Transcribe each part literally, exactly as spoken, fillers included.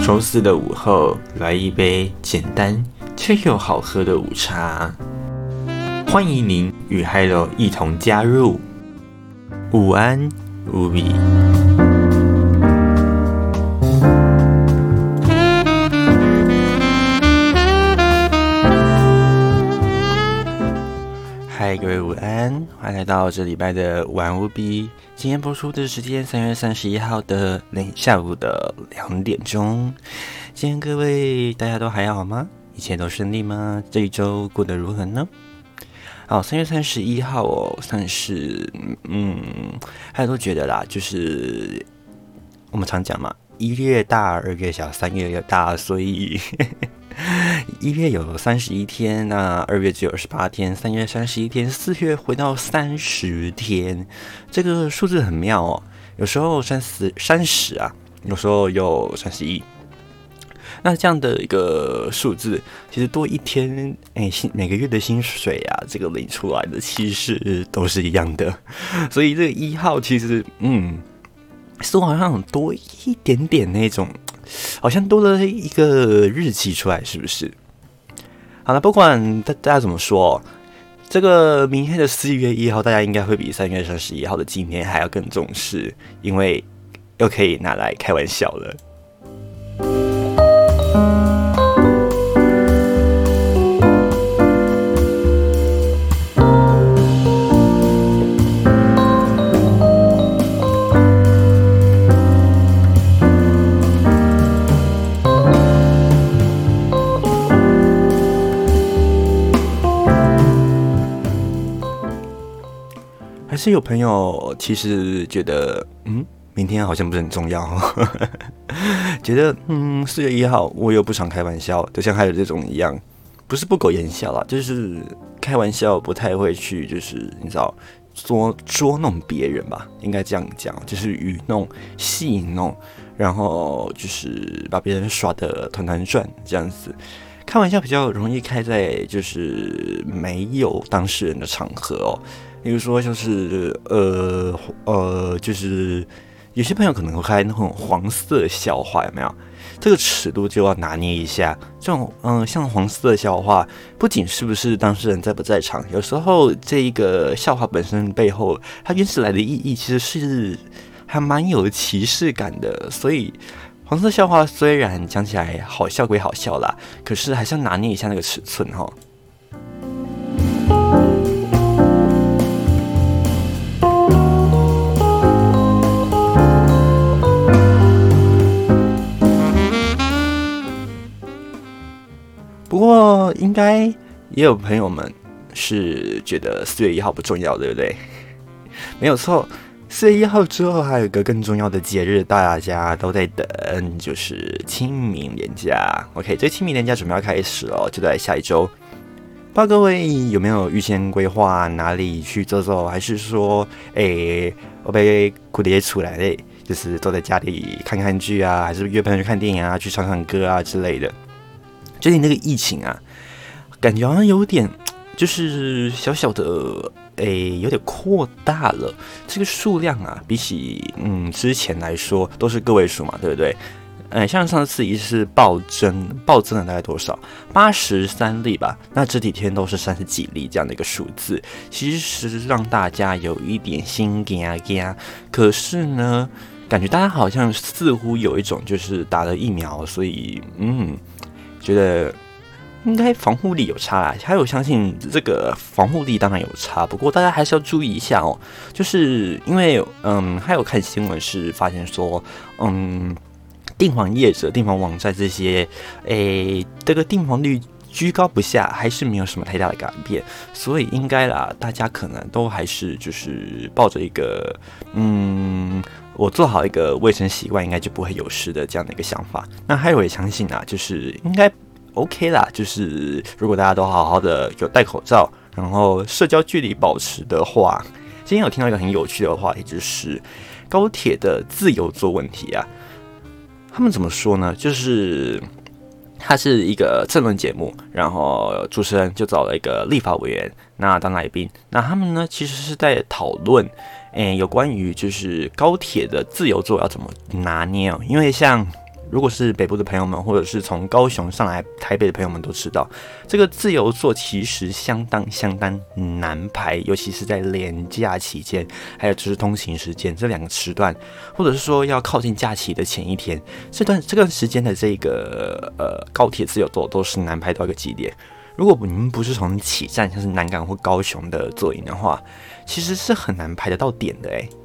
周四的午后，来一杯简单却又好喝的午茶。欢迎您与 Hello 一同加入午安无比。嗨，各位午安，欢迎来到这礼拜的午安无比。今天播出的时间三月三十一号的下午的两点钟。今天各位大家都还好吗？一切都顺利吗？这一周过得如何呢？好，三月三十一号哦，算是嗯，大家都觉得啦，就是我们常讲嘛，一月大，二月小，三月大，所以一月有三十一天，那二月只有二十八天，三月三十一天，四月回到三十天，这个数字很妙哦。有时候三十三十啊，有时候有三十一。那这样的一个数字，其实多一天，哎，每个月的薪水啊，这个领出来的其实都是一样的。所以这个一号其实，嗯，似乎好像多一点点那种。好像多了一个日期出来，是不是？好了，不管大大家怎么说，这个明天的四月一号，大家应该会比三月三十一号的今天还要更重视，因为又可以拿来开玩笑了。还是有朋友其实觉得，嗯，明天好像不是很重要，呵呵觉得，嗯，四月一号我又不常开玩笑，就像还有这种一样，不是不苟言笑啦，就是开玩笑不太会去，就是你知道捉捉弄别人吧，应该这样讲，就是愚弄、戏弄，然后就是把别人耍得团团转这样子。开玩笑比较容易开在就是没有当事人的场合哦。比如说，就是呃呃，就是有些朋友可能会开那种黄色笑话，有没有？这个尺度就要拿捏一下。这种嗯、呃，像黄色笑话，不仅是不是当事人在不在场，有时候这一个笑话本身背后，它原始来的意义其实是还蛮有歧视感的。所以，黄色笑话虽然讲起来好笑归好笑啦，可是还是要拿捏一下那个尺寸哈。不过，应该也有朋友们是觉得四月一号不重要，对不对？没有错，四月一号之后还有一个更重要的节日，大家都在等，就是清明连假。OK， 这清明连假准备要开始了，就在下一周。不知道各位有没有预先规划哪里去走走，还是说，诶，我被苦爹出来嘞，就是都在家里看看剧啊，还是约朋友去看电影啊，去唱唱歌啊之类的？最近那个疫情啊，感觉好像有点，就是小小的，诶，有点扩大了。这个数量啊，比起嗯之前来说，都是个位数嘛，对不对？诶，像上次一次暴增，暴增了大概多少？八十三例吧。那这几天都是三十几例这样的一个数字，其实让大家有一点心惊惊。可是呢，感觉大家好像似乎有一种就是打了疫苗，所以嗯。觉得应该防护力有差啦，还有相信这个防护力当然有差，不过大家还是要注意一下哦，就是因为嗯，还有看新闻是发现说，嗯，订房业者、订房网站这些，诶，这个订房率居高不下，还是没有什么太大的改变，所以应该啦，大家可能都还是就是抱着一个嗯。我做好一个卫生习惯，应该就不会有事的这样的一个想法。那还有也相信啊，就是应该 OK 啦。就是如果大家都好好的有戴口罩，然后社交距离保持的话，今天有听到一个很有趣的话题，就是高铁的自由座问题啊。他们怎么说呢？就是它是一个政论节目，然后主持人就找了一个立法委员那当来宾，那他们呢其实是在讨论。诶，有关于就是高铁的自由座要怎么拿捏哦？因为像如果是北部的朋友们，或者是从高雄上来台北的朋友们都知道，这个自由座其实相当相当难排，尤其是在连假期间，还有就是通勤时间这两个时段，或者是说要靠近假期的前一天，这段这段时间的这个呃高铁自由座都是难排到一个极点。如果你们不是从起站，像是南港或高雄的座椅的话，其实是很难排得到点的哎。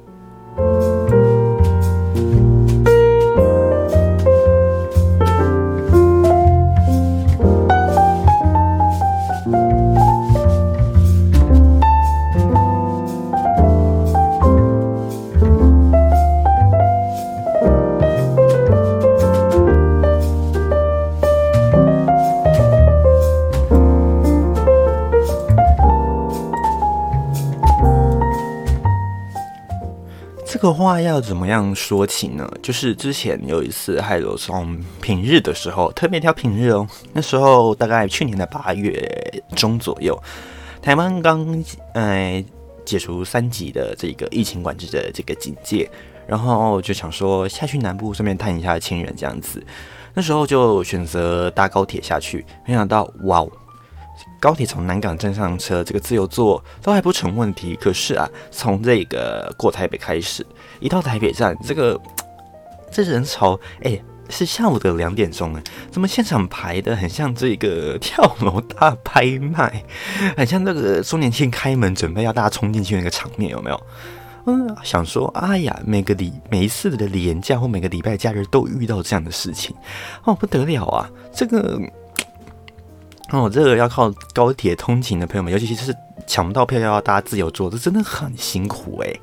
这个话要怎么样说起呢？就是之前有一次，还有从平日的时候，特别挑平日哦。那时候大概去年的八月中左右，台湾刚呃解除三级的这个疫情管制的这个警戒，然后就想说下去南部顺便探一下亲人这样子。那时候就选择搭高铁下去，没想到哇！高铁从南港站上车，这个自由座都还不成问题。可是啊，从这个过台北开始，一到台北站，这个这人潮，哎、欸，是下午的两点钟哎，怎么现场排的很像这个跳楼大拍卖，很像那个周年庆开门准备要大家冲进去那个场面，有没有？嗯，想说，哎呀，每个礼每一次的连假或每个礼拜假日都遇到这样的事情，哦，不得了啊，这个。哦，这个要靠高铁通勤的朋友们，尤其是抢不到票要搭自由座，这真的很辛苦哎。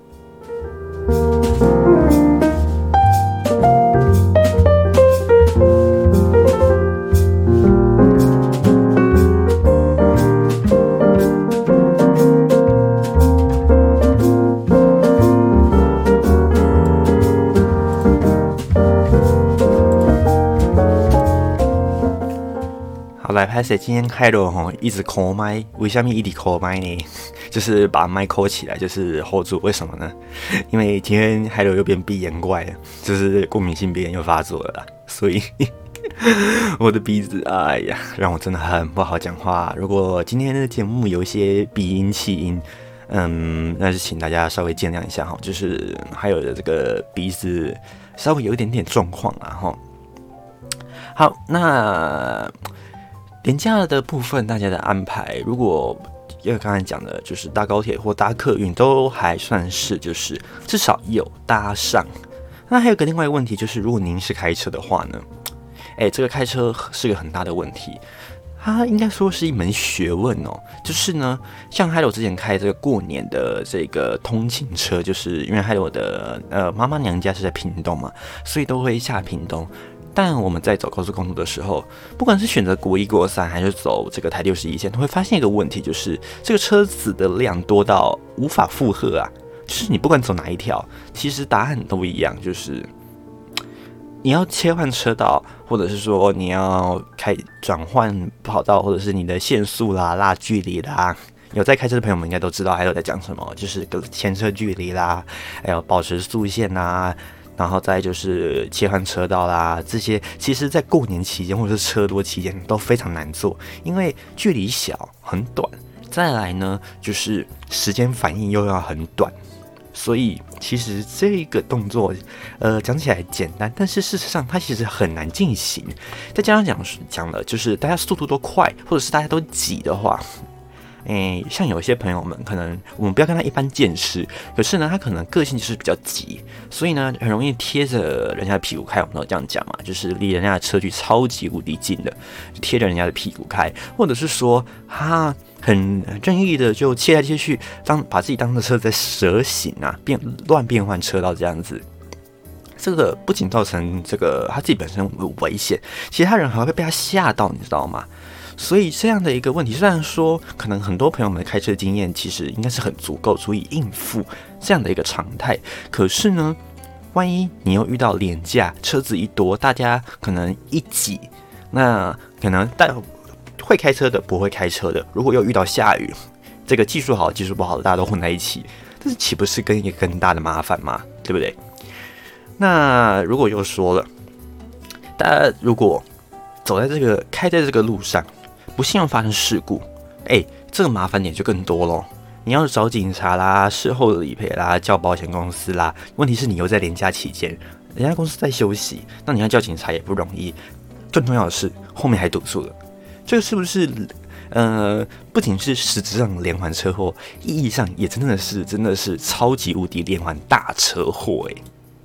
好，来拍摄今天开罗吼一直抠麦，为什么一直抠麦呢？就是把麦抠起来，就是 hold 住。为什么呢？因为今天海螺又变鼻炎怪了，就是过敏性鼻炎又发作了啦，所以我的鼻子，哎呀，让我真的很不好讲话。如果今天的节目有一些鼻音、气音，嗯，那就请大家稍微见谅一下哈。就是还有的这个鼻子稍微有一点点状况啊哈。好，那。廉价的部分，大家的安排，如果因为刚才讲的，就是搭高铁或搭客运，都还算是就是至少有搭上。那还有个另外一个问题，就是如果您是开车的话呢，哎、欸，这个开车是个很大的问题，它应该说是一门学问哦。就是呢，像海螺之前开这个过年的这个通勤车，就是因为海螺的呃妈妈娘家是在屏东嘛，所以都会下屏东。但我们在走高速公路的时候，不管是选择国一、国三，还是走这个台六十一线，都会发现一个问题，就是这个车子的量多到无法负荷啊。就是你不管走哪一条，其实答案都一样，就是你要切换车道，或者是说你要开转换跑道，或者是你的限速啦、拉距离啦。有在开车的朋友们应该都知道，还有在讲什么，就是前车距离啦，还有保持速限啦。然后再就是切换车道啦，这些其实在过年期间或者是车多期间都非常难做，因为距离小很短，再来呢就是时间反应又要很短，所以其实这个动作，呃，讲起来简单，但是事实上它其实很难进行。再加上讲讲了，就是大家速度都快，或者是大家都挤的话。诶，像有些朋友们，可能我们不要跟他一般见识，可是呢，他可能个性就是比较急，所以呢，很容易贴着人家的屁股开。我们都这样讲嘛，就是离人家的车距超级无敌近的，就贴着人家的屁股开，或者是说他很任意的就切来切去，当把自己当成车在蛇行啊，变乱变换车道这样子。这个不仅造成这个他自己本身危险，其他人还会被他吓到，你知道吗？所以这样的一个问题，虽然说可能很多朋友们的开车经验其实应该是很足够，足以应付这样的一个常态，可是呢，万一你又遇到连假，车子一多，大家可能一挤，那可能大会开车的不会开车的，如果又遇到下雨，这个技术好技术不好的大家都混在一起，这岂不是跟一个更大的麻烦吗？对不对？那如果又说了， 大家如果走在这个开在这个路上，不幸发生事故，哎、欸，这个麻烦点就更多咯。你要找警察啦，事后的理赔啦，叫保险公司啦。问题是你又在连假期间，人家公司在休息，那你要叫警察也不容易。更重要的是，后面还堵住了。这个是不是？呃，不仅是实质上连环车祸，意义上也真的是真的是超级无敌连环大车祸哎、欸。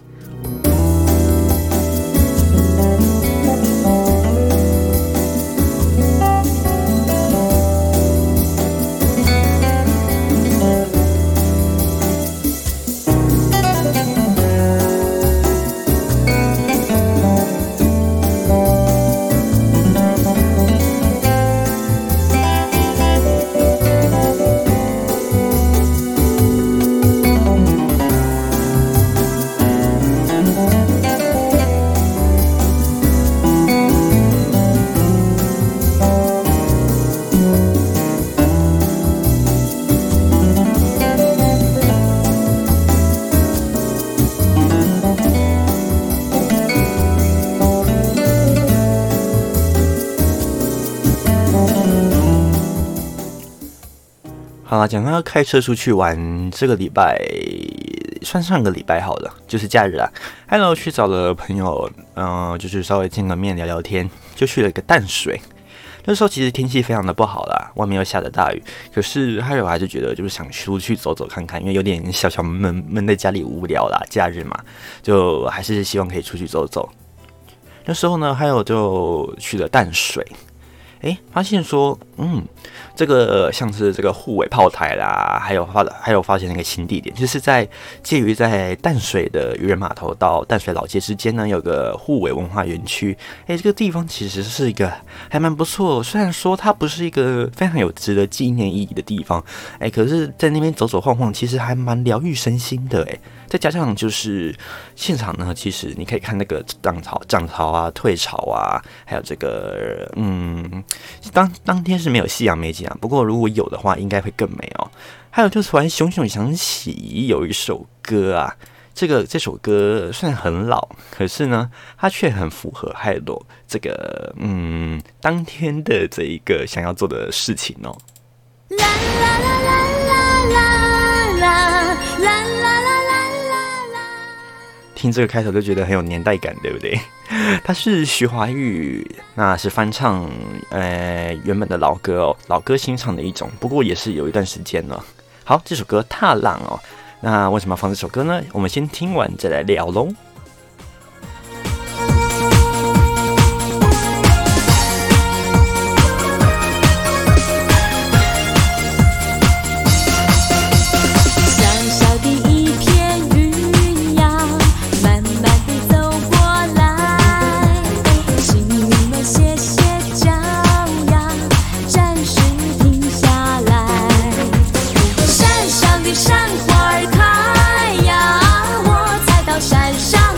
好啦，讲到要开车出去玩，这个礼拜算上个礼拜好了，就是假日啊。Hello， 去找了朋友，嗯、呃，就是稍微见个面聊聊天，就去了一个淡水。那时候其实天气非常的不好啦，外面又下着大雨，可是还有还是觉得就是想出去走走看看，因为有点小小闷闷在家里无聊啦，假日嘛，就还是希望可以出去走走。那时候呢，还有就去了淡水。哎，发现说，嗯，这个像是这个护尾炮台啦，还有发还有发现那个新地点，就是在介于在淡水的渔人码头到淡水老街之间呢，有个护尾文化园区。哎，这个地方其实是一个还蛮不错，虽然说它不是一个非常有值得纪念意义的地方，哎，可是在那边走走晃晃，其实还蛮疗愈身心的，哎。再加上就是现场呢，其实你可以看那个涨潮、涨潮啊、退潮啊，还有这个嗯，当当天是没有夕阳美景啊，不过如果有的话，应该会更美哦。还有就突然熊熊想起有一首歌啊，这个这首歌虽然很老，可是呢，它却很符合海螺这个嗯当天的这一个想要做的事情哦。啦啦啦啦啦啦啦啦啦啦。听这个开头就觉得很有年代感，对不对？它是徐怀钰，那是翻唱呃原本的老歌哦，老歌新唱的一种，不过也是有一段时间了。好，这首歌《踏浪》哦，那为什么要放这首歌呢？我们先听完再来聊喽。 山花儿开呀，我采到山上。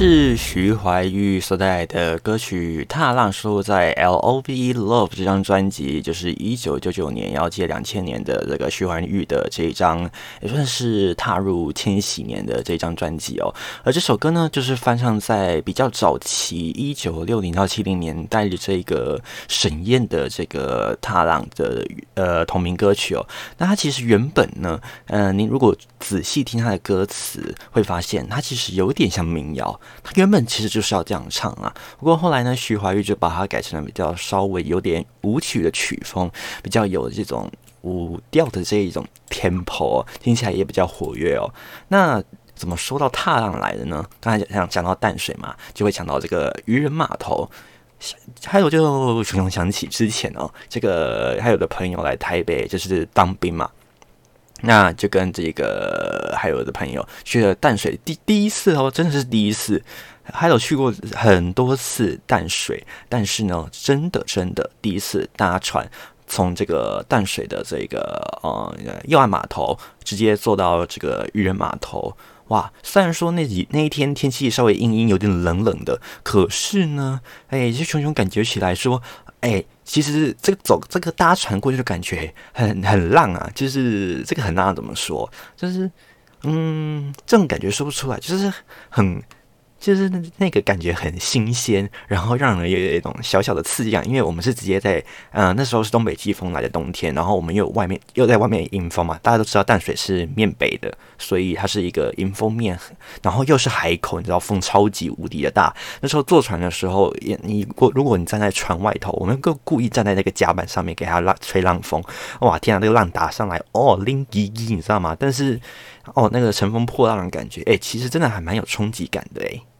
是徐怀钰所带来的歌曲《踏浪》，收录在 L O V E Love 这张专辑，就是一九九九年要接两千年的这个徐怀钰的这一张，也算是踏入千禧年的这张专辑哦。而这首歌呢，就是翻唱在比较早期一九六零到七零年代的这个沈燕的这个《踏浪》的呃同名歌曲哦。那它其实原本呢，呃，您如果仔细听它的歌词，会发现它其实有点像民谣。它原本其实就是要这样唱啊，不过后来呢，徐怀钰就把它改成了比较稍微有点舞曲的曲风，比较有这种舞调的这一种 tempo， 听起来也比较活跃哦。那怎么说到踏浪来的呢？刚才讲讲到淡水嘛，就会讲到这个渔人码头。还有就熊熊想起之前哦，这个还有的朋友来台北就是当兵嘛。那就跟这个还有的朋友去了淡水，第第一次哦，真的是第一次。还有去过很多次淡水，但是呢，真的真的第一次搭船从这个淡水的这个呃右岸码头直接坐到这个渔人码头。哇，虽然说那几那一天天气稍微阴阴，有点冷冷的，可是呢，哎，就熊熊感觉起来说，哎，其实这个走这个搭船过去的感觉很很浪啊，就是这个很浪怎么说？就是嗯，这种感觉说不出来，就是很。就是那个感觉很新鲜，然后让人有一种小小的刺激感，因为我们是直接在，呃，那时候是东北季风来的冬天，然后我们又外面又在外面迎风嘛，大家都知道淡水是面北的，所以它是一个迎风面，然后又是海口，你知道风超级无敌的大。那时候坐船的时候，你如果你站在船外头，我们就故意站在那个甲板上面给它浪吹浪风，哇天啊，那个浪打上来，哦，拎叽叽，你知道吗？但是哦，那个乘风破浪的感觉，哎、欸，其实真的还蛮有冲击感的哎、欸。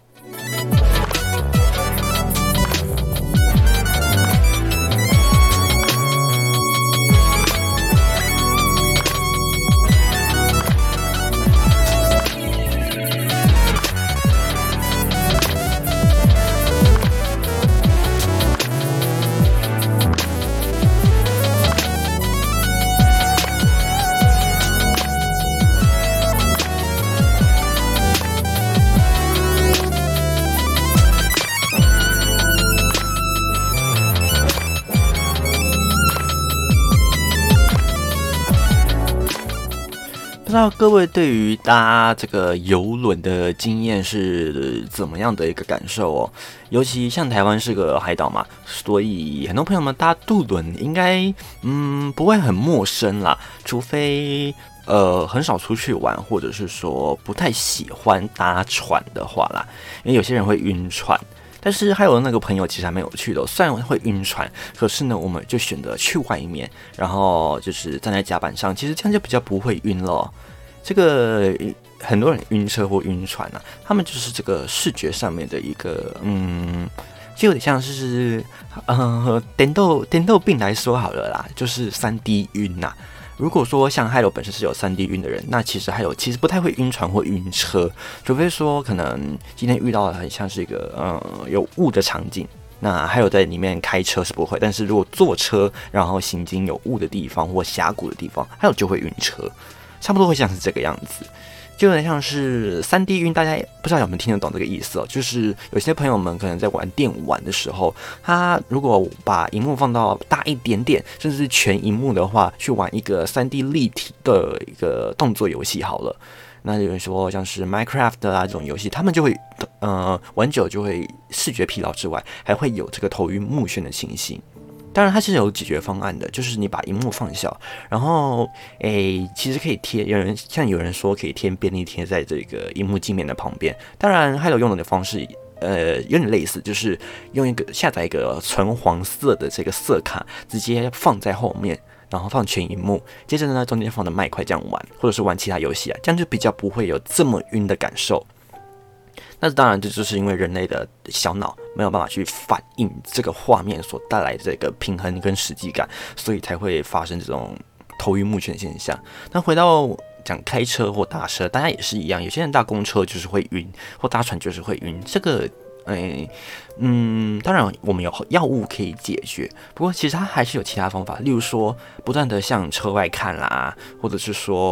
不知道各位对于搭这个邮轮的经验是怎么样的一个感受哦？尤其像台湾是个海岛嘛，所以很多朋友们搭渡轮应该嗯不会很陌生啦，除非呃很少出去玩，或者是说不太喜欢搭船的话啦，因为有些人会晕船。但是还有那个朋友其实还蛮有趣的、哦，虽然会晕船，可是呢，我们就选择去外面，然后就是站在甲板上，其实这样就比较不会晕了、哦。这个很多人晕车或晕船啊，他们就是这个视觉上面的一个，嗯，就有点像是呃电豆电豆病来说好了啦，就是三 D 晕呐、啊。如果说像海楼本身是有 三 D 晕的人，那其实海楼其实不太会晕船或晕车，除非说可能今天遇到很像是一个呃有雾的场景，那还有在里面开车是不会，但是如果坐车然后行经有雾的地方或峡谷的地方，海楼就会晕车，差不多会像是这个样子。就有点像是 三 D 晕，大家不知道有没有听得懂这个意思哦？就是有些朋友们可能在玩电玩的时候，他如果把荧幕放到大一点点，甚至是全荧幕的话，去玩一个 三 D 立体的一个动作游戏好了。那有人说像是 Minecraft 啊这种游戏，他们就会呃玩久就会视觉疲劳之外，还会有这个头晕目眩的情形。当然它是有解决方案的，就是你把荧幕放小，然后诶，其实可以贴，有人像有人说可以贴便利贴在这个荧幕镜面的旁边。当然还有用的方式，呃，有点类似，就是用一个下载一个纯黄色的这个色卡，直接放在后面，然后放全荧幕，接着呢中间放的麦块这样玩，或者是玩其他游戏啊，这样就比较不会有这么晕的感受。那当然，这就是因为人类的小脑没有办法去反映这个画面所带来的这个平衡跟实际感，所以才会发生这种头晕目眩的现象。那回到讲开车或搭车，大家也是一样，有些人搭公车就是会晕，或搭船就是会晕。这个，哎，嗯，当然我们有药物可以解决，不过其实它还是有其他方法，例如说不断的向车外看啦，或者是说不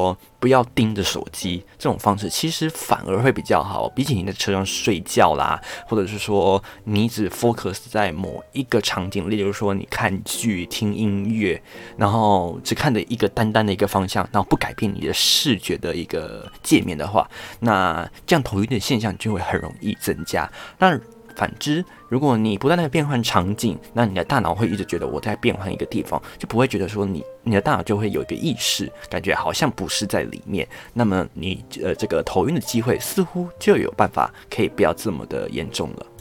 不要盯着手机，这种方式其实反而会比较好。比起你在车上睡觉啦，或者是说你只 focus 在某一个场景，例如说你看剧、听音乐，然后只看着一个单单的一个方向，然后不改变你的视觉的一个界面的话，那这样头晕的现象就会很容易增加。但反之，如果你不断的变换场景，那你的大脑会一直觉得我在变换一个地方，就不会觉得说你你的大脑就会有一个意识，感觉好像不是在里面。那么你呃这个头晕的机会似乎就有办法可以不要这么的严重了。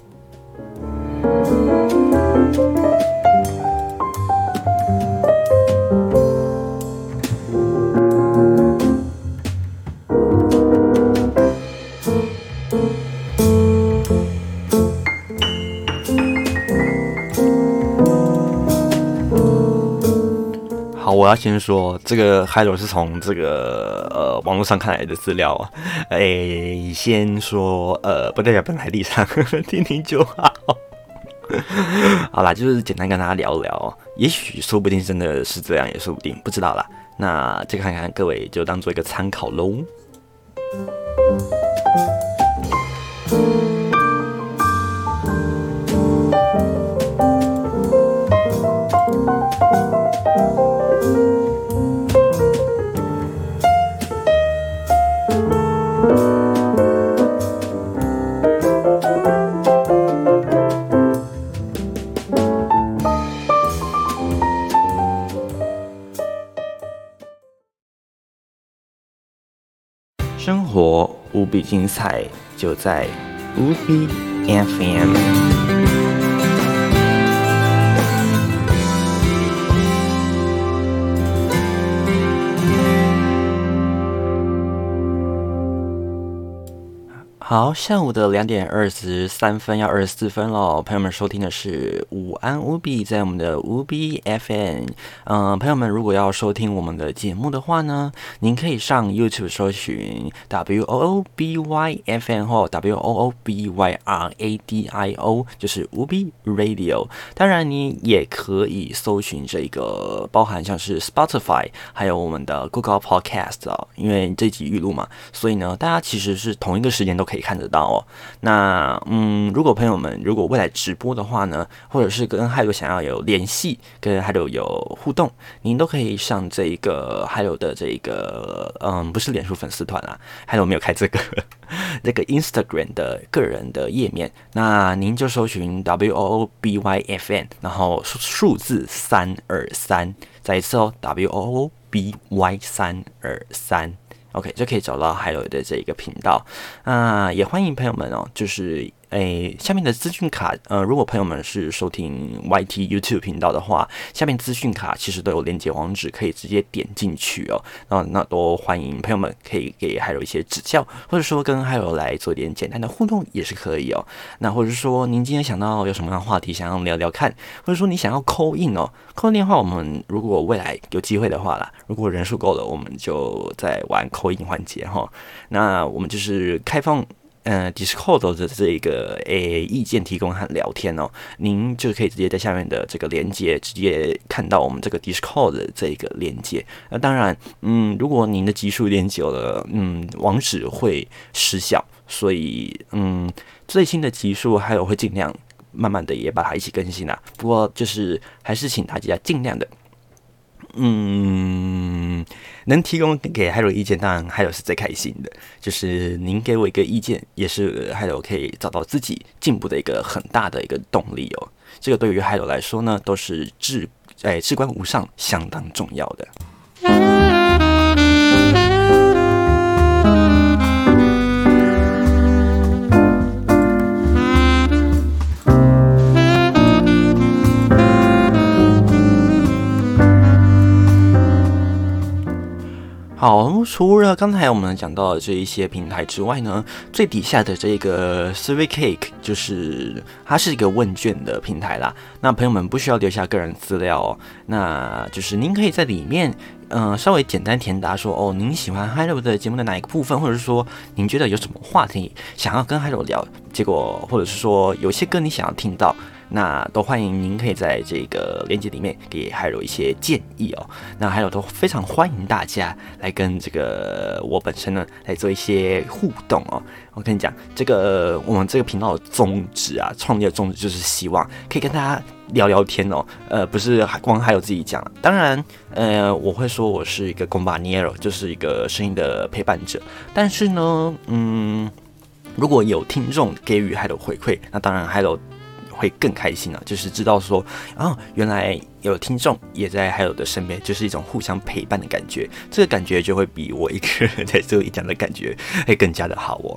好，我要先说这个 Hilo 是从这个呃网络上看来的资料啊，诶，先说呃不代表本台立场，听听就好。好啦，就是简单跟大家聊聊，也许说不定真的是这样，也说不定，不知道啦。那这个看看各位就当做一个参考喽。生活无比精彩，就在无比 F M。好，下午的两点二十三分要二十四分了，朋友们收听的是午安无比，在我们的无比 F M。嗯、呃，朋友们如果要收听我们的节目的话呢，您可以上 YouTube 搜寻 W O O B Y F M 或 W O O B Y R A D I O， 就是无比 Radio。当然，你也可以搜寻这个包含像是 Spotify， 还有我们的 Google Podcast 哦，因为这集预录嘛，所以呢，大家其实是同一个时间都可以可以看得到哦。那嗯，如果朋友们如果未来直播的话呢，或者是跟 Hilo 想要有联系，跟 Hilo 有互动，您都可以上这个 Hilo 的这个嗯，不是脸书粉丝团啊 ，Hilo 没有开这个这个 Instagram 的个人的页面，那您就搜寻 W O O B Y F N， 然后数字三二三，再一次哦 ，W O O B Y 三二三。OK， 就可以找到 Hilo 的这一个频道啊、呃，也欢迎朋友们哦，就是诶下面的资讯卡，呃，如果朋友们是收听 Y T YouTube 频道的话，下面资讯卡其实都有连接网址，可以直接点进去哦。那那都欢迎朋友们可以给 Hilo 一些指教，或者说跟 Hilo 来做一点简单的互动也是可以哦。那或者是说您今天想到有什么样的话题想要聊聊看，或者说你想要 call in 哦 ，call in 的话，我们如果未来有机会的话啦，如果人数够了，我们就再玩 call in 环节哈。那我们就是开放。呃 Discord 的这个诶意见提供和聊天哦，您就可以直接在下面的这个连接直接看到我们这个 Discord 的这个连接。那当然，嗯，如果您的集数连久了，嗯，网址会失效，所以嗯，最新的集数还有会尽量慢慢的也把它一起更新啦。不过就是还是请大家尽量的。嗯，能提供给 Hilo 意见，当然 Hilo 是最开心的。就是您给我一个意见，也是 Hilo 可以找到自己进步的一个很大的一个动力哦。这个对于 Hilo 来说呢，都是至哎至关无上，相当重要的。好，除了刚才我们讲到的这一些平台之外呢，最底下的这个 Survey Cake 就是它是一个问卷的平台啦。那朋友们不需要留下个人资料哦，那就是您可以在里面，呃，稍微简单填答说，哦，您喜欢 Hilo 的节目的哪一个部分，或者是说您觉得有什么话题想要跟 Hilo 聊，结果或者是说有些歌你想要听到。 那都欢迎您可以在这个链接里面给海柔一些建议哦。那海柔都非常欢迎大家来跟这个我本身呢来做一些互动哦。我跟你讲，这个我们这个频道的宗旨啊，创业的宗旨就是希望可以跟大家聊聊天哦。呃，不是光还有自己讲，当然，呃，我会说我是一个 compañero， 就是一个声音的陪伴者。但是呢，嗯，如果有听众给予海柔回馈，那当然海柔会更开心啊，就是知道说，啊，原来有听众也在海柔的身边，就是一种互相陪伴的感觉。这个感觉就会比我一个人在这里讲的感觉会更加的好哦。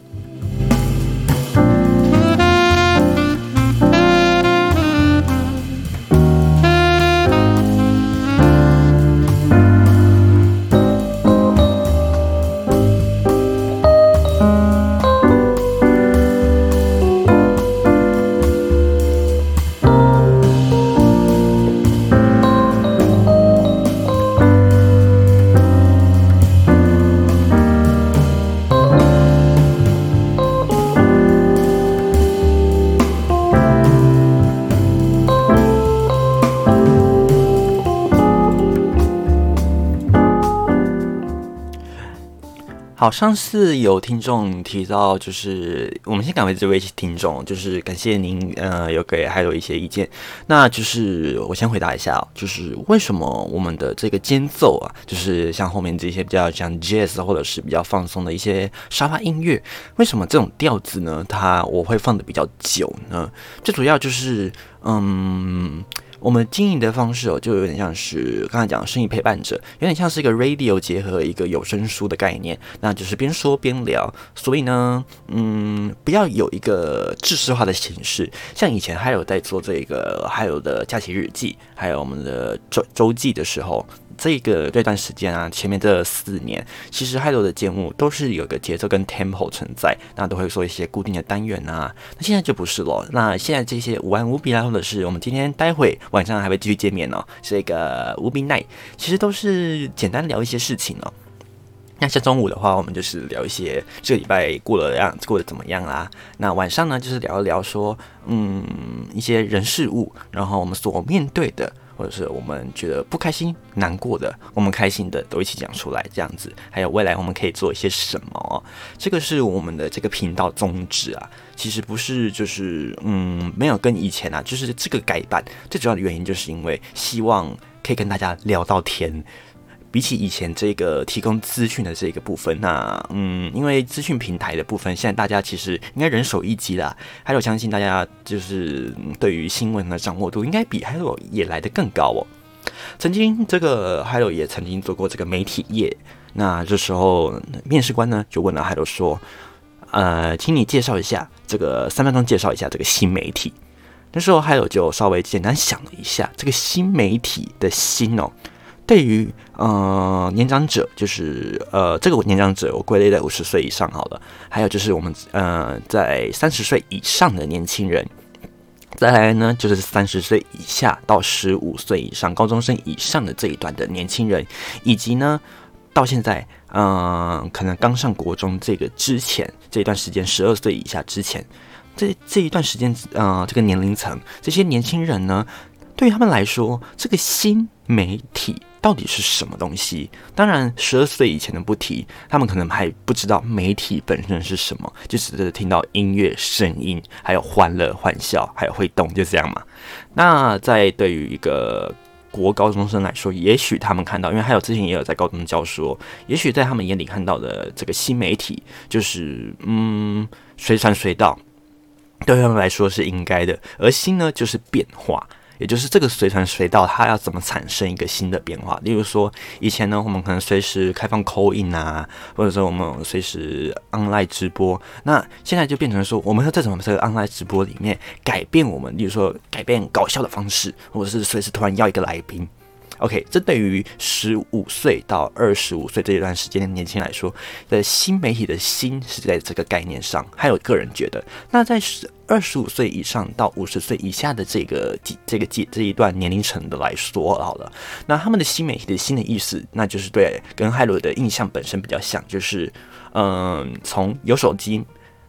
好，上次有听众提到，就是我们先感谢这位听众，就是感谢您，呃，有给海柔一些意见。那就是我先回答一下哦，就是为什么我们的这个间奏啊，就是像后面这些比较像 jazz 或者是比较放松的一些沙发音乐，为什么这种调子呢？它我会放的比较久呢？最主要就是，嗯。我们经营的方式哦，就有点像是刚才讲的声音陪伴者，有点像是一个 radio 结合一个有声书的概念，那就是边说边聊。所以呢，嗯，不要有一个制式化的形式，像以前还有在做这个，还有的假期日记，还有我们的周周记的时候。这个这段时间啊，前面这四年，其实海柔的节目都是有个节奏跟 tempo 存在，那都会做一些固定的单元啊。那现在就不是了，那现在这些无完无比啦，或者是我们今天待会晚上还会继续见面哦，是一个无比 night， 其实都是简单聊一些事情哦。那像中午的话，我们就是聊一些这个礼拜过了样过得怎么样啦。那晚上呢，就是聊一聊说，嗯，一些人事物，然后我们所面对的。或者是我们觉得不开心、难过的，我们开心的都一起讲出来，这样子。还有未来我们可以做一些什么、哦？这个是我们的这个频道宗旨啊。其实不是就是嗯，没有跟以前啊，就是这个改版最主要的原因，就是因为希望可以跟大家聊到天。比起以前这个提供资讯的这个部分，那嗯，因为资讯平台的部分，现在大家其实应该人手一机啦。还有相信大家就是对于新闻的掌握度，应该比海柔也来得更高哦。曾经这个海柔也曾经做过这个媒体业，那这时候面试官呢就问了海柔说：“呃，请你介绍一下这个三分钟介绍一下这个新媒体。”那时候海柔就稍微简单想了一下，这个新媒体的新哦。对于呃年长者，就是呃这个年长者我归类在五十岁以上好了，还有就是我们呃在三十岁以上的年轻人，再来呢就是三十岁以下到十五岁以上高中生以上的这一段的年轻人，以及呢到现在嗯、呃、可能刚上国中这个之前这一段时间十二岁以下之前这这一段时间呃这个年龄层这些年轻人呢，对于他们来说，这个新媒体到底是什么东西？当然，十二岁以前的不提，他们可能还不知道媒体本身是什么，就只是听到音乐、声音，还有欢乐、欢笑，还有会动，就这样嘛。那在对于一个国高中生来说，也许他们看到，因为还有之前也有在高中教书，也许在他们眼里看到的这个新媒体，就是嗯随传随到，对他们来说是应该的，而新呢就是变化。也就是这个随传随到，它要怎么产生一个新的变化？例如说，以前呢，我们可能随时开放 call in 啊，或者说我们随时 online 直播。那现在就变成说，我们要在怎么这个 online 直播里面改变我们，例如说改变搞笑的方式，或者是随时突然要一个来宾。OK， 这对于十五岁到二十五岁这一段时间的年轻人来说，的新媒体的新是在这个概念上。还有个人觉得，那在二十五岁以上到五十岁以下的这个这个这一段年龄层的来说好了，那他们的新媒体的新的意思，那就是对跟海柔的印象本身比较像，就是嗯，从有手机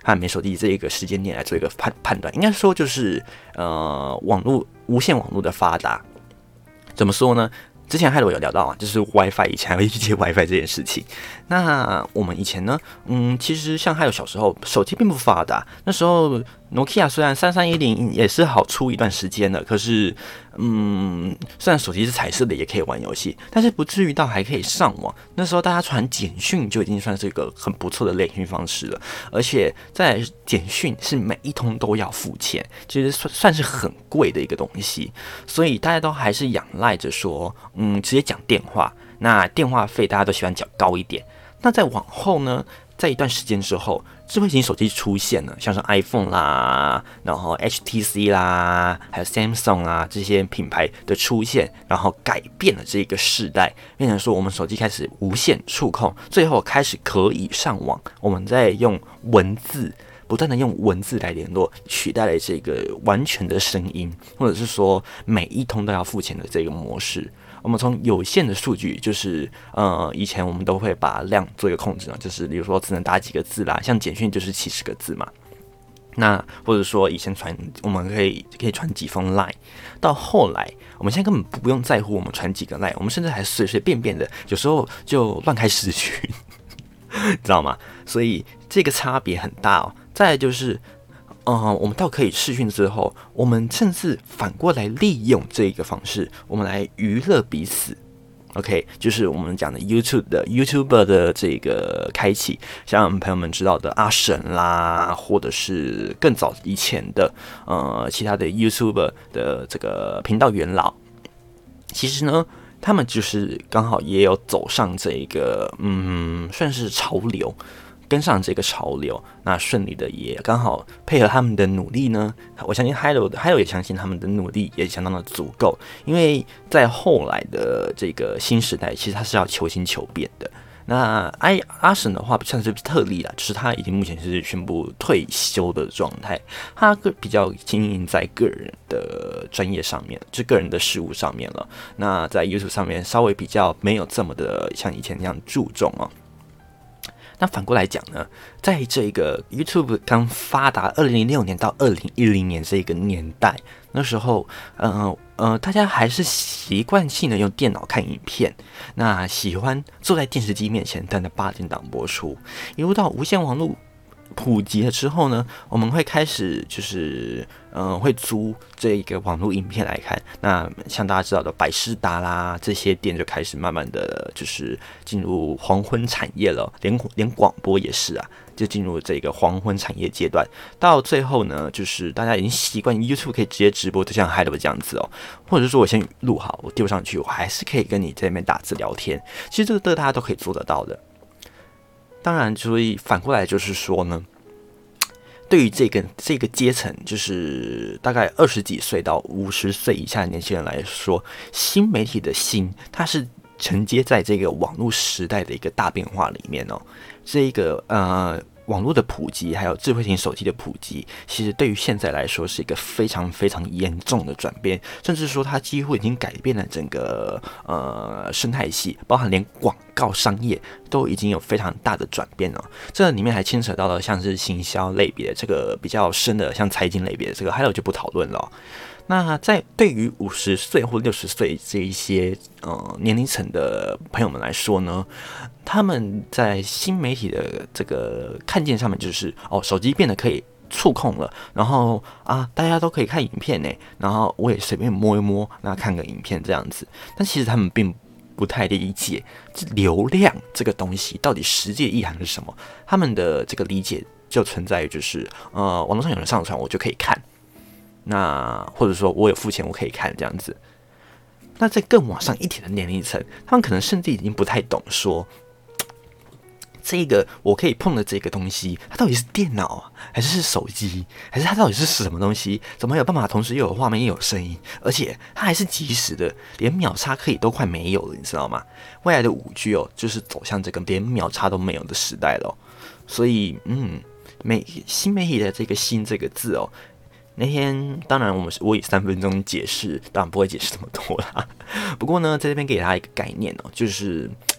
和没手机这一个时间点来做一个判判断，应该说就是呃网络无线网络的发达，怎么说呢？之前还有有聊到啊，就是 WiFi 以前还会去接 WiFi 这件事情。那我们以前呢，嗯，其实像还有小时候手机并不发达，那时候 Nokia 虽然三三一零也是好出一段时间了，可是嗯，虽然手机是彩色的也可以玩游戏，但是不至于到还可以上网。那时候大家传简讯就已经算是一个很不错的联讯方式了，而且在简讯是每一通都要付钱，其实算算是很贵的一个东西，所以大家都还是仰赖着说，嗯，直接讲电话。那电话费大家都喜欢缴高一点。那再往后呢，在一段时间之后，智慧型手机出现了，像是 iPhone 啦，然后 H T C 啦，还有 Samsung 啊这些品牌的出现，然后改变了这个世代，变成说我们手机开始无线触控，最后开始可以上网，我们在用文字。不断的用文字来联络，取代了这个完全的声音，或者是说每一通都要付钱的这个模式。我们从有限的数据，就是呃，以前我们都会把量做一个控制啊，就是比如说只能打几个字啦，像简讯就是七十个字嘛。那或者说以前传，我们可以可以传几封 line， 到后来我们现在根本不用在乎我们传几个 line， 我们甚至还随随便便的，有时候就乱开视讯，知道吗？所以这个差别很大哦。再来就是，呃，我们到可以视讯之后，我们甚至反过来利用这个方式，我们来娱乐彼此。OK， 就是我们讲的 YouTube 的 YouTuber 的这个开启，像朋友们知道的阿神啦，或者是更早以前的呃其他的 YouTuber 的这个频道元老，其实呢，他们就是刚好也有走上这个嗯，算是潮流。跟上这个潮流，那顺利的也刚好配合他们的努力呢。我相信 Hello 的 Hello 也相信他们的努力也相当的足够，因为在后来的这个新时代，其实他是要求新求变的。那阿阿神的话算是特例啦，就是他已经目前是宣布退休的状态，他个比较经营在个人的专业上面，就个人的事务上面了。那在 YouTube 上面稍微比较没有这么的像以前那样注重哦。那反过来讲呢，在这个 YouTube 刚发达二零零六年到二零一零年这个年代，那时候，呃呃，大家还是习惯性的用电脑看影片，那喜欢坐在电视机面前等着八点档播出。一路到无线网络普及了之后呢，我们会开始就是呃会租这个网络影片来看。那像大家知道的百视达啦，这些店就开始慢慢的就是进入黄昏产业了，连连广播也是啊，就进入这个黄昏产业阶段。到最后呢，就是大家已经习惯 YouTube 可以直接直播，就像 Hello 这样子哦，或者说我先录好，我丢上去，我还是可以跟你在那边打字聊天。其实这个这个大家都可以做得到的。当然，所以反过来就是说呢，对于这个这个阶层，就是大概二十几岁到五十岁以下的年轻人来说，新媒体的新，它是承接在这个网络时代的一个大变化里面哦。这一个呃。网络的普及，还有智慧型手机的普及，其实对于现在来说是一个非常非常严重的转变，甚至说它几乎已经改变了整个呃生态系，包含连广告商业都已经有非常大的转变了。这里面还牵扯到了像是行销类别这个比较深的，像财经类别的这个，还有就不讨论了哦。那在对于五十岁或六十岁这一些呃年龄层的朋友们来说呢，他们在新媒体的这个看见上面，就是哦，手机变得可以触控了，然后啊，大家都可以看影片呢，然后我也随便摸一摸，那看个影片这样子。但其实他们并不太理解流量这个东西到底实际的意涵是什么，他们的这个理解就存在于就是呃，网络上有人上传，我就可以看。那或者说我有付钱，我可以看这样子。那在更往上一点的年龄层，他们可能甚至已经不太懂说，这个我可以碰的这个东西，它到底是电脑啊，还是手机，还是它到底是什么东西？怎么有办法同时又有画面又有声音，而且它还是即时的，连秒差可以都快没有了，你知道吗？未来的五 G 哦，就是走向这个连秒差都没有的时代了哦。所以，嗯，媒新媒体的这个“新”这个字哦。那天当然我们我以三分钟解释，当然不会解释这么多啦。不过呢，在这边给大家一个概念哦，就是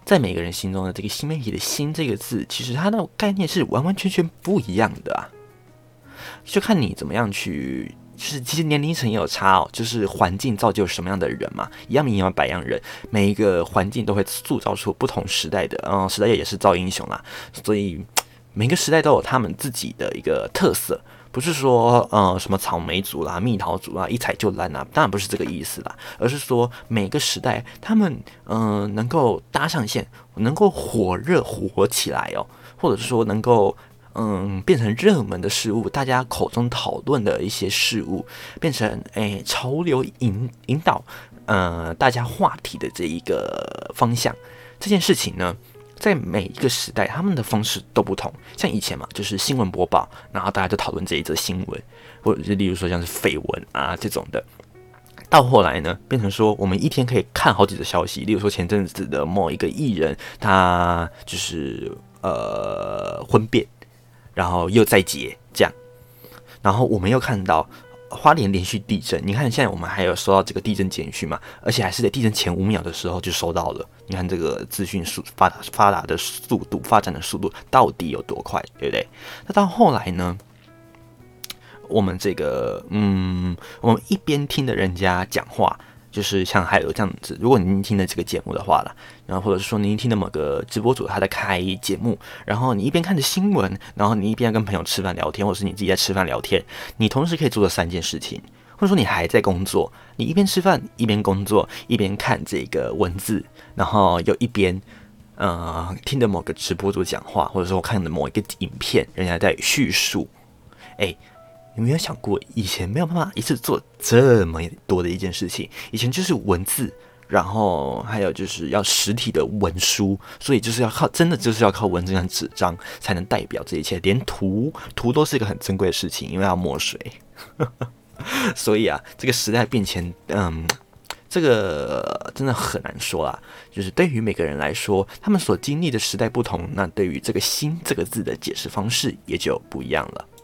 在每个人心中的这个新媒体的新这个字，其实它的概念是完完全全不一样的啊，就看你怎么样去，就是其实年龄层也有差哦，就是环境造就什么样的人嘛，一样米养百样人，每一个环境都会塑造出不同时代的，嗯，时代也是造英雄啦，所以每个时代都有他们自己的一个特色。不是说呃什么草莓族啦、蜜桃族啦一踩就烂啊，当然不是这个意思啦，而是说每个时代他们嗯、呃、能够搭上线，能够火热火起来哦，或者是说能够嗯变成热门的事物，大家口中讨论的一些事物，变成诶潮流引引导呃大家话题的这一个方向，这件事情呢。在每一个时代，他们的方式都不同。像以前嘛，就是新闻播报，然后大家就讨论这一则新闻，或者是例如说像是绯闻啊这种的。到后来呢，变成说我们一天可以看好几则消息，例如说前阵子的某一个艺人，他就是呃婚变，然后又再结这样，然后我们又看到。花莲连续地震，你看现在我们还有收到这个地震简讯嘛？而且还是在地震前五秒的时候就收到了。你看这个资讯速发达发达的速度，发展的速度到底有多快，对不对？那到后来呢？我们这个，嗯，我们一边听的人家讲话。就是像还有这样子，如果您听的这个节目的话啦，然后或者是说您听的某个直播主他在开节目，然后你一边看着新闻，然后你一边跟朋友吃饭聊天，或者是你自己在吃饭聊天，你同时可以做的三件事情，或者说你还在工作，你一边吃饭一边工作，一边看这个文字，然后又一边呃听着某个直播主讲话，或者说看着某一个影片，人家在叙述，哎。有没有想过，以前没有办法一次做这么多的一件事情？以前就是文字，然后还有就是要实体的文书，所以就是要靠，真的就是要靠文字跟纸张才能代表这一切。连图图都是一个很珍贵的事情，因为要墨水。所以啊，这个时代变迁，嗯，这个真的很难说啦。就是对于每个人来说，他们所经历的时代不同，那对于这个“新”这个字的解释方式也就不一样了。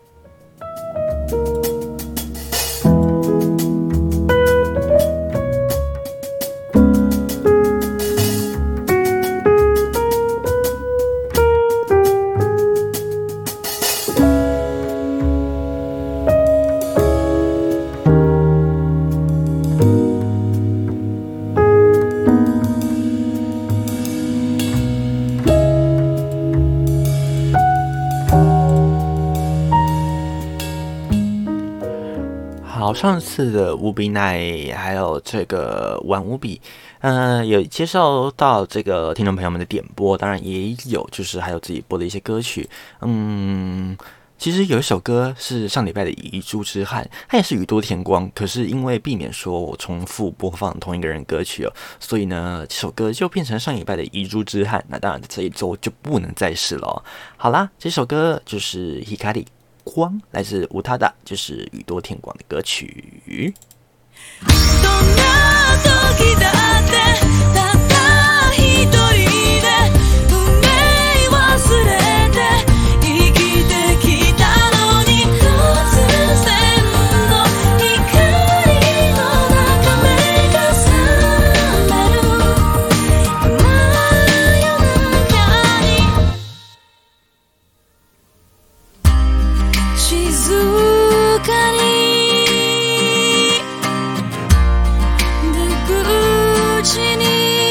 好，上次的无比奈还有这个晚无比，呃，有接受到这个听众朋友们的点播，当然也有就是还有自己播的一些歌曲，嗯，其实有一首歌是上礼拜的《遗珠之憾》，它也是宇多田光，可是因为避免说我重复播放同一个人歌曲哦，所以呢，这首歌就变成上礼拜的《遗珠之憾》，那当然这一周就不能再试了哦。好啦，这首歌就是 Hikari。光来自无他的，就是宇多田光的歌曲。 口に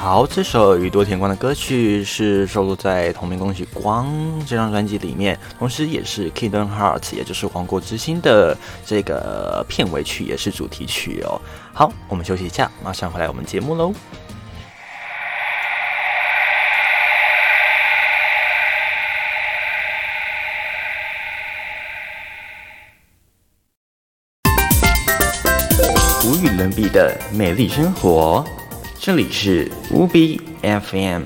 好，这首宇多田光的歌曲是收录在同名恭喜光这张专辑里面，同时也是 Kingdom Hearts 也就是王国之心的这个片尾曲，也是主题曲哦。好，我们休息一下，马上回来我们节目喽。无与伦比的美丽生活，这里是无比 F M。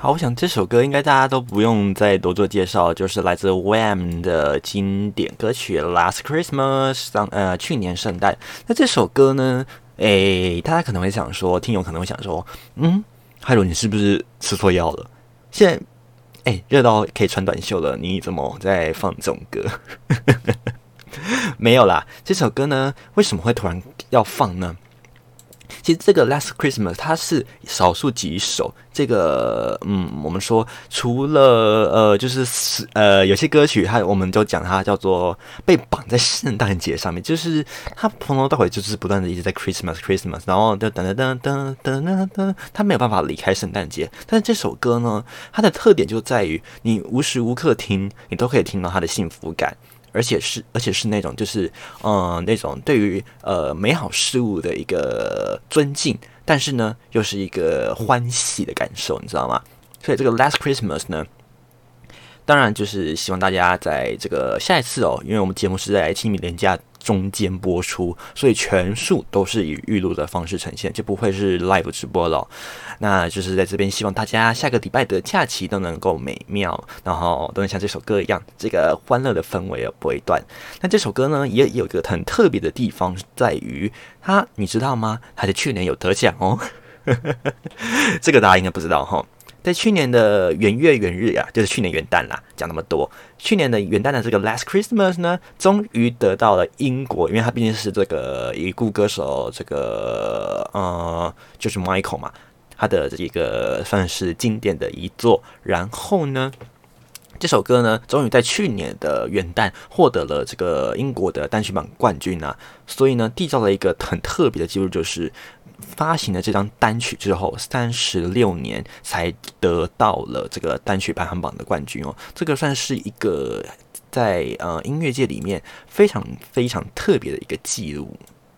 好，我想这首歌应该大家都不用再多做介绍，就是来自 Wham 的经典歌曲《Last Christmas》上呃去年圣诞。那这首歌呢，诶，大家可能会想说，听友可能会想说，嗯，海伦你是不是吃错药了？现在诶热到可以穿短袖了，你怎么在放这种歌？没有啦，这首歌呢为什么会突然要放呢？其实这个 Last Christmas 它是少数几首，这个嗯，我们说除了呃，就是呃有些歌曲它我们就讲它叫做被绑在圣诞节上面，就是它从头到尾就是不断的一直在 Christmas Christmas， 然后噔噔噔噔噔噔噔，它没有办法离开圣诞节。但是这首歌呢，它的特点就在于你无时无刻听，你都可以听到它的幸福感。而且是，而且是那种，就是，呃，那种对于呃美好事物的一个尊敬，但是呢，又是一个欢喜的感受，你知道吗？所以这个 Last Christmas 呢，当然就是希望大家在这个下一次哦，因为我们节目是在清明连假中间播出，所以全数都是以预录的方式呈现，就不会是 live 直播了。那就是在这边希望大家下个礼拜的假期都能够美妙，然后都能像这首歌一样，这个欢乐的氛围不会断。那这首歌呢，也有一个很特别的地方，在于它，你知道吗？它在去年有得奖哦，这个大家应该不知道哈。在去年的元月元日啊，就是去年元旦啦，讲那么多。去年的元旦的这个 Last Christmas 呢，终于得到了英国，因为他毕竟是这个已故歌手，这个呃，就是 Michael 嘛，他的这个算是经典的一作。然后呢，这首歌呢，终于在去年的元旦获得了这个英国的单曲榜冠军啊，所以呢，缔造了一个很特别的记录，就是发行了这张单曲之后，三十六年才得到了这个单曲排行榜的冠军哦。这个算是一个在呃音乐界里面非常非常特别的一个记录。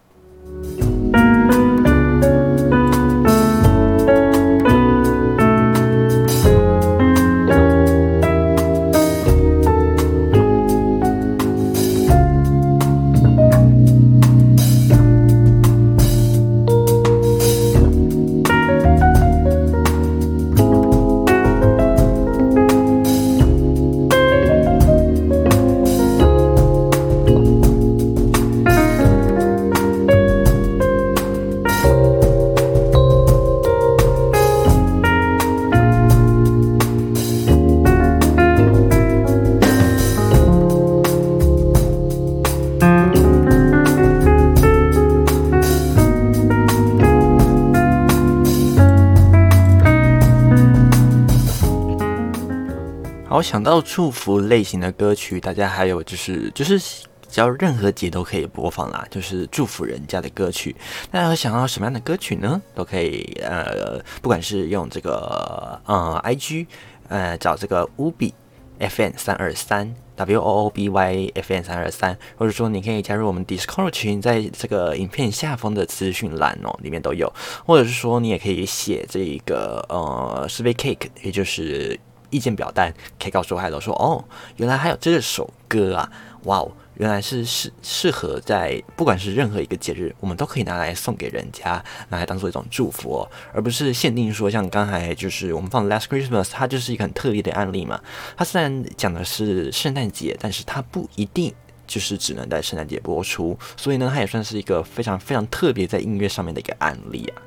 好，想到祝福类型的歌曲，大家还有就是就是只要任何节都可以播放啦，就是祝福人家的歌曲。那有想要什么样的歌曲呢？都可以呃，不管是用这个呃 I G 呃找这个 Ubi F M 三二三 W O O B Y F M 三二三，或者说你可以加入我们 Discord 群，在这个影片下方的资讯栏哦，里面都有。或者是说你也可以写这个呃是被 cake， 也就是意见表单，可以告诉我海斗说，哦，原来还有这首歌啊，哇哦，原来是适适合在不管是任何一个节日，我们都可以拿来送给人家，拿来当做一种祝福哦，而不是限定说像刚才就是我们放 Last Christmas， 它就是一个很特别的案例嘛。它虽然讲的是圣诞节，但是它不一定就是只能在圣诞节播出，所以呢，它也算是一个非常非常特别在音乐上面的一个案例啊。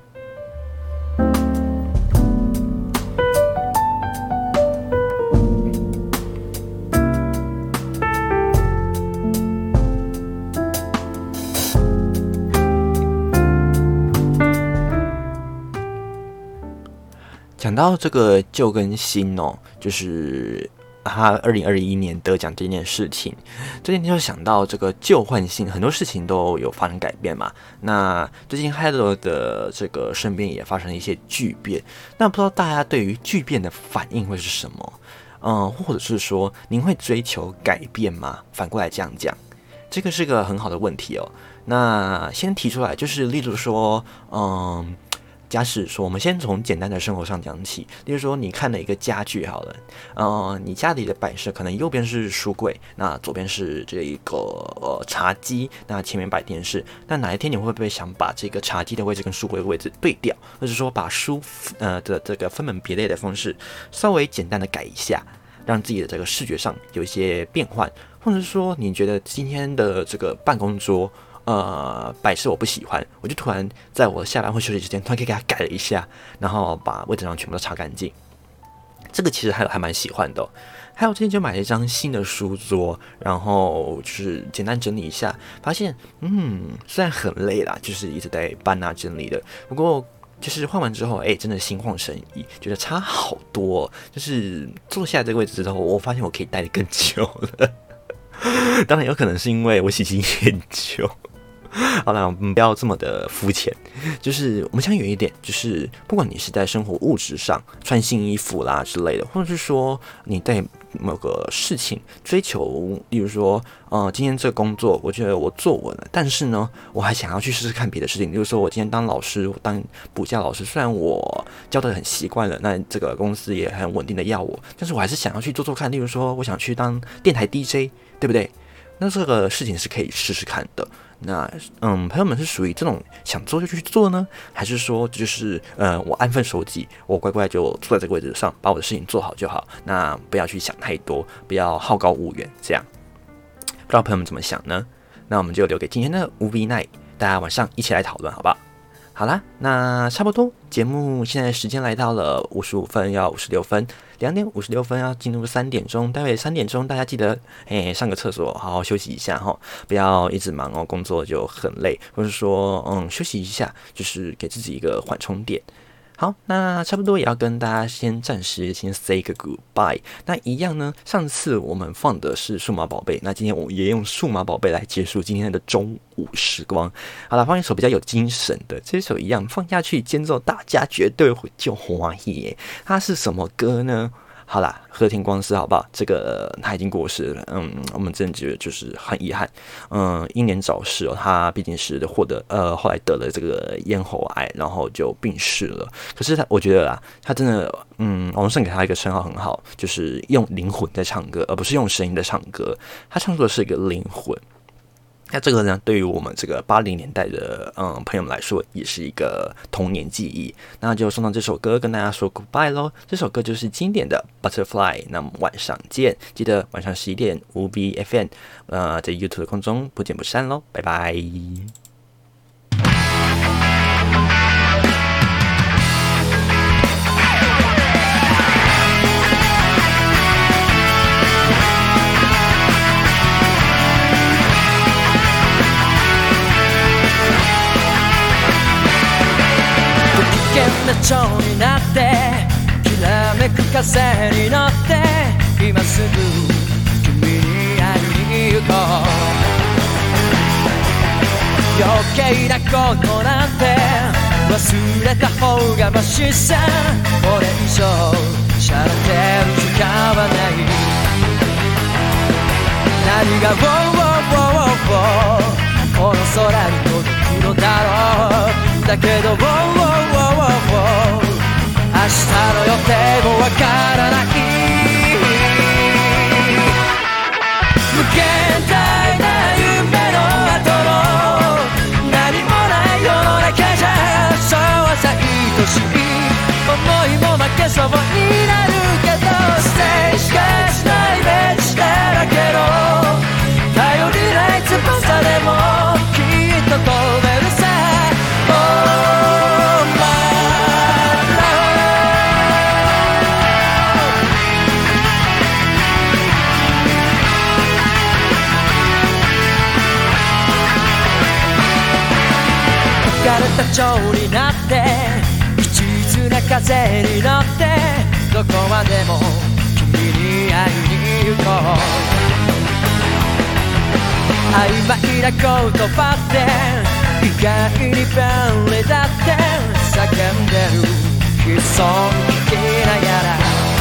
讲到这个旧跟新哦，就是他二零二一年得奖这件事情，最近就想到这个旧换新，很多事情都有发生改变嘛。那最近 Hello 的这个身边也发生了一些巨变，那不知道大家对于巨变的反应会是什么？嗯，或者是说您会追求改变吗？反过来这样讲，这个是个很好的问题哦。那先提出来，就是例如说，嗯。 假使说，我们先从简单的生活上讲起，例如说，你看了一个家具好了，呃，你家里的摆设可能右边是书柜，那左边是这一个呃茶几，那前面摆电视。那哪一天你会不会想把这个茶几的位置跟书柜的位置对调，或者说把书呃的这个分门别类的方式稍微简单的改一下，让自己的这个视觉上有一些变换，或者说你觉得今天的这个办公桌。呃，摆设我不喜欢，我就突然在我下班或休息时间，突然可以给它改了一下，然后把位置上全部都擦干净。这个其实还还蛮喜欢的、哦。还有最近就买了一张新的书桌，然后就是简单整理一下，发现嗯，虽然很累啦，就是一直在搬啊整理的，不过就是换完之后，哎、欸，真的心旷神怡，觉得差好多、哦。就是坐下这个位置之后，我发现我可以待得更久了。当然有可能是因为我喜新厌旧。好啦，我们不要这么的肤浅。就是我们想远一点，就是不管你是在生活物质上穿新衣服啦之类的，或者是说你在某个事情追求，例如说，呃，今天这个工作我觉得我做稳了，但是呢，我还想要去试试看别的事情。例如说，我今天当老师，我当补教老师，虽然我教得很习惯了，那这个公司也很稳定的要我，但是我还是想要去做做看。例如说，我想去当电台 D J， 对不对？那这个事情是可以试试看的。那嗯，朋友们是属于这种想做就去做呢，还是说就是呃，我安分守己，我乖乖就坐在这个位置上，把我的事情做好就好，那不要去想太多，不要好高骛远，这样不知道朋友们怎么想呢？那我们就留给今天的无 B night， 大家晚上一起来讨论，好不好？好啦，那差不多节目现在时间来到了五十五分，要五十六分，两点五十六分要进入三点钟，待会三点钟大家记得哎上个厕所，好好休息一下哈，不要一直忙哦，工作就很累，或者说嗯休息一下，就是给自己一个缓冲点。好，那差不多也要跟大家先暂时先 say 个 goodbye。那一样呢，上次我们放的是数码宝贝，那今天我也用数码宝贝来结束今天的中午时光。好了，放一首比较有精神的，这首一样放下去间奏，大家绝对会就欢喜耶。它是什么歌呢？好啦，和田光司好不好？这个他已经过世了，嗯，我们真的觉得就是很遗憾，嗯，英年早逝哦。他毕竟是获得呃后来得了这个咽喉癌，然后就病逝了。可是他，我觉得啦，他真的，嗯，网络上给他一个称号很好，就是用灵魂在唱歌，而不是用声音在唱歌。他唱出的是一个灵魂。那这个呢，对于我们这个八零年代的嗯朋友们来说，也是一个童年记忆。那就送到这首歌，跟大家说 goodbye 咯。这首歌就是经典的 Butterfly。那么晚上見，記得晚上十一點無 B F M， 呃，在 YouTube 的空中不見不散咯，拜拜。 危険な蝶になってきらめく風に乗って今すぐ君に会いに行こう余計なことなんて忘れた方がマシさこれ以上しゃれてる時間はない何が「ウォーウォーウォーウォー」この空に届くのだろうだけど「ウォーウォーウォーウォーウォー」明日の予定もわからない無限大な夢の後の何もない世の中じゃそうはさ愛しい思いも負けそうになるけどステージがしないイメージだらけの頼りない翼でもきっと飛べるさ Oh my love 浮かれた蝶になって一途な風に乗ってどこまでも君に会いに行こう曖昧な言葉って意外に便利だって叫んでる悲壮聞きながら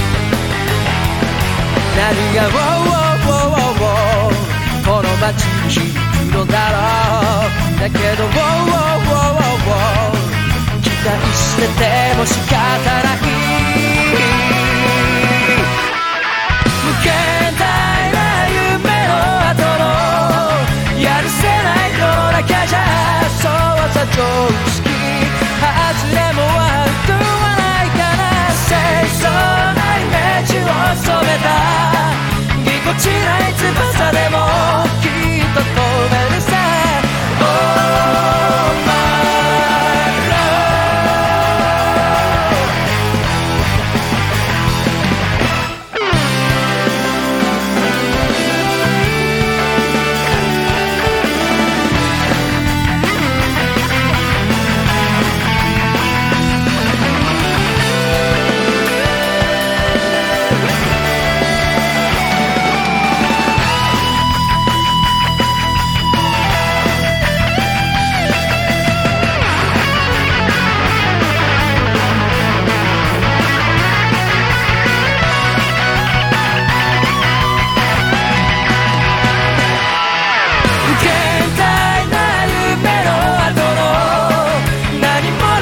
何が「ウォーウォーウォーウォーウォー」この街に響くのだろうだけど「ウォーウォーウォーウォーウォー」聞解してても仕方ない無限大な夢の後のやるせない世の中じゃそうさ常識外れも悪くはないから清楚なイメージを染めたぎこちない翼でもきっと飛べるさ Oh my love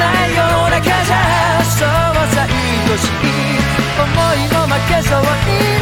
思いも負けそうに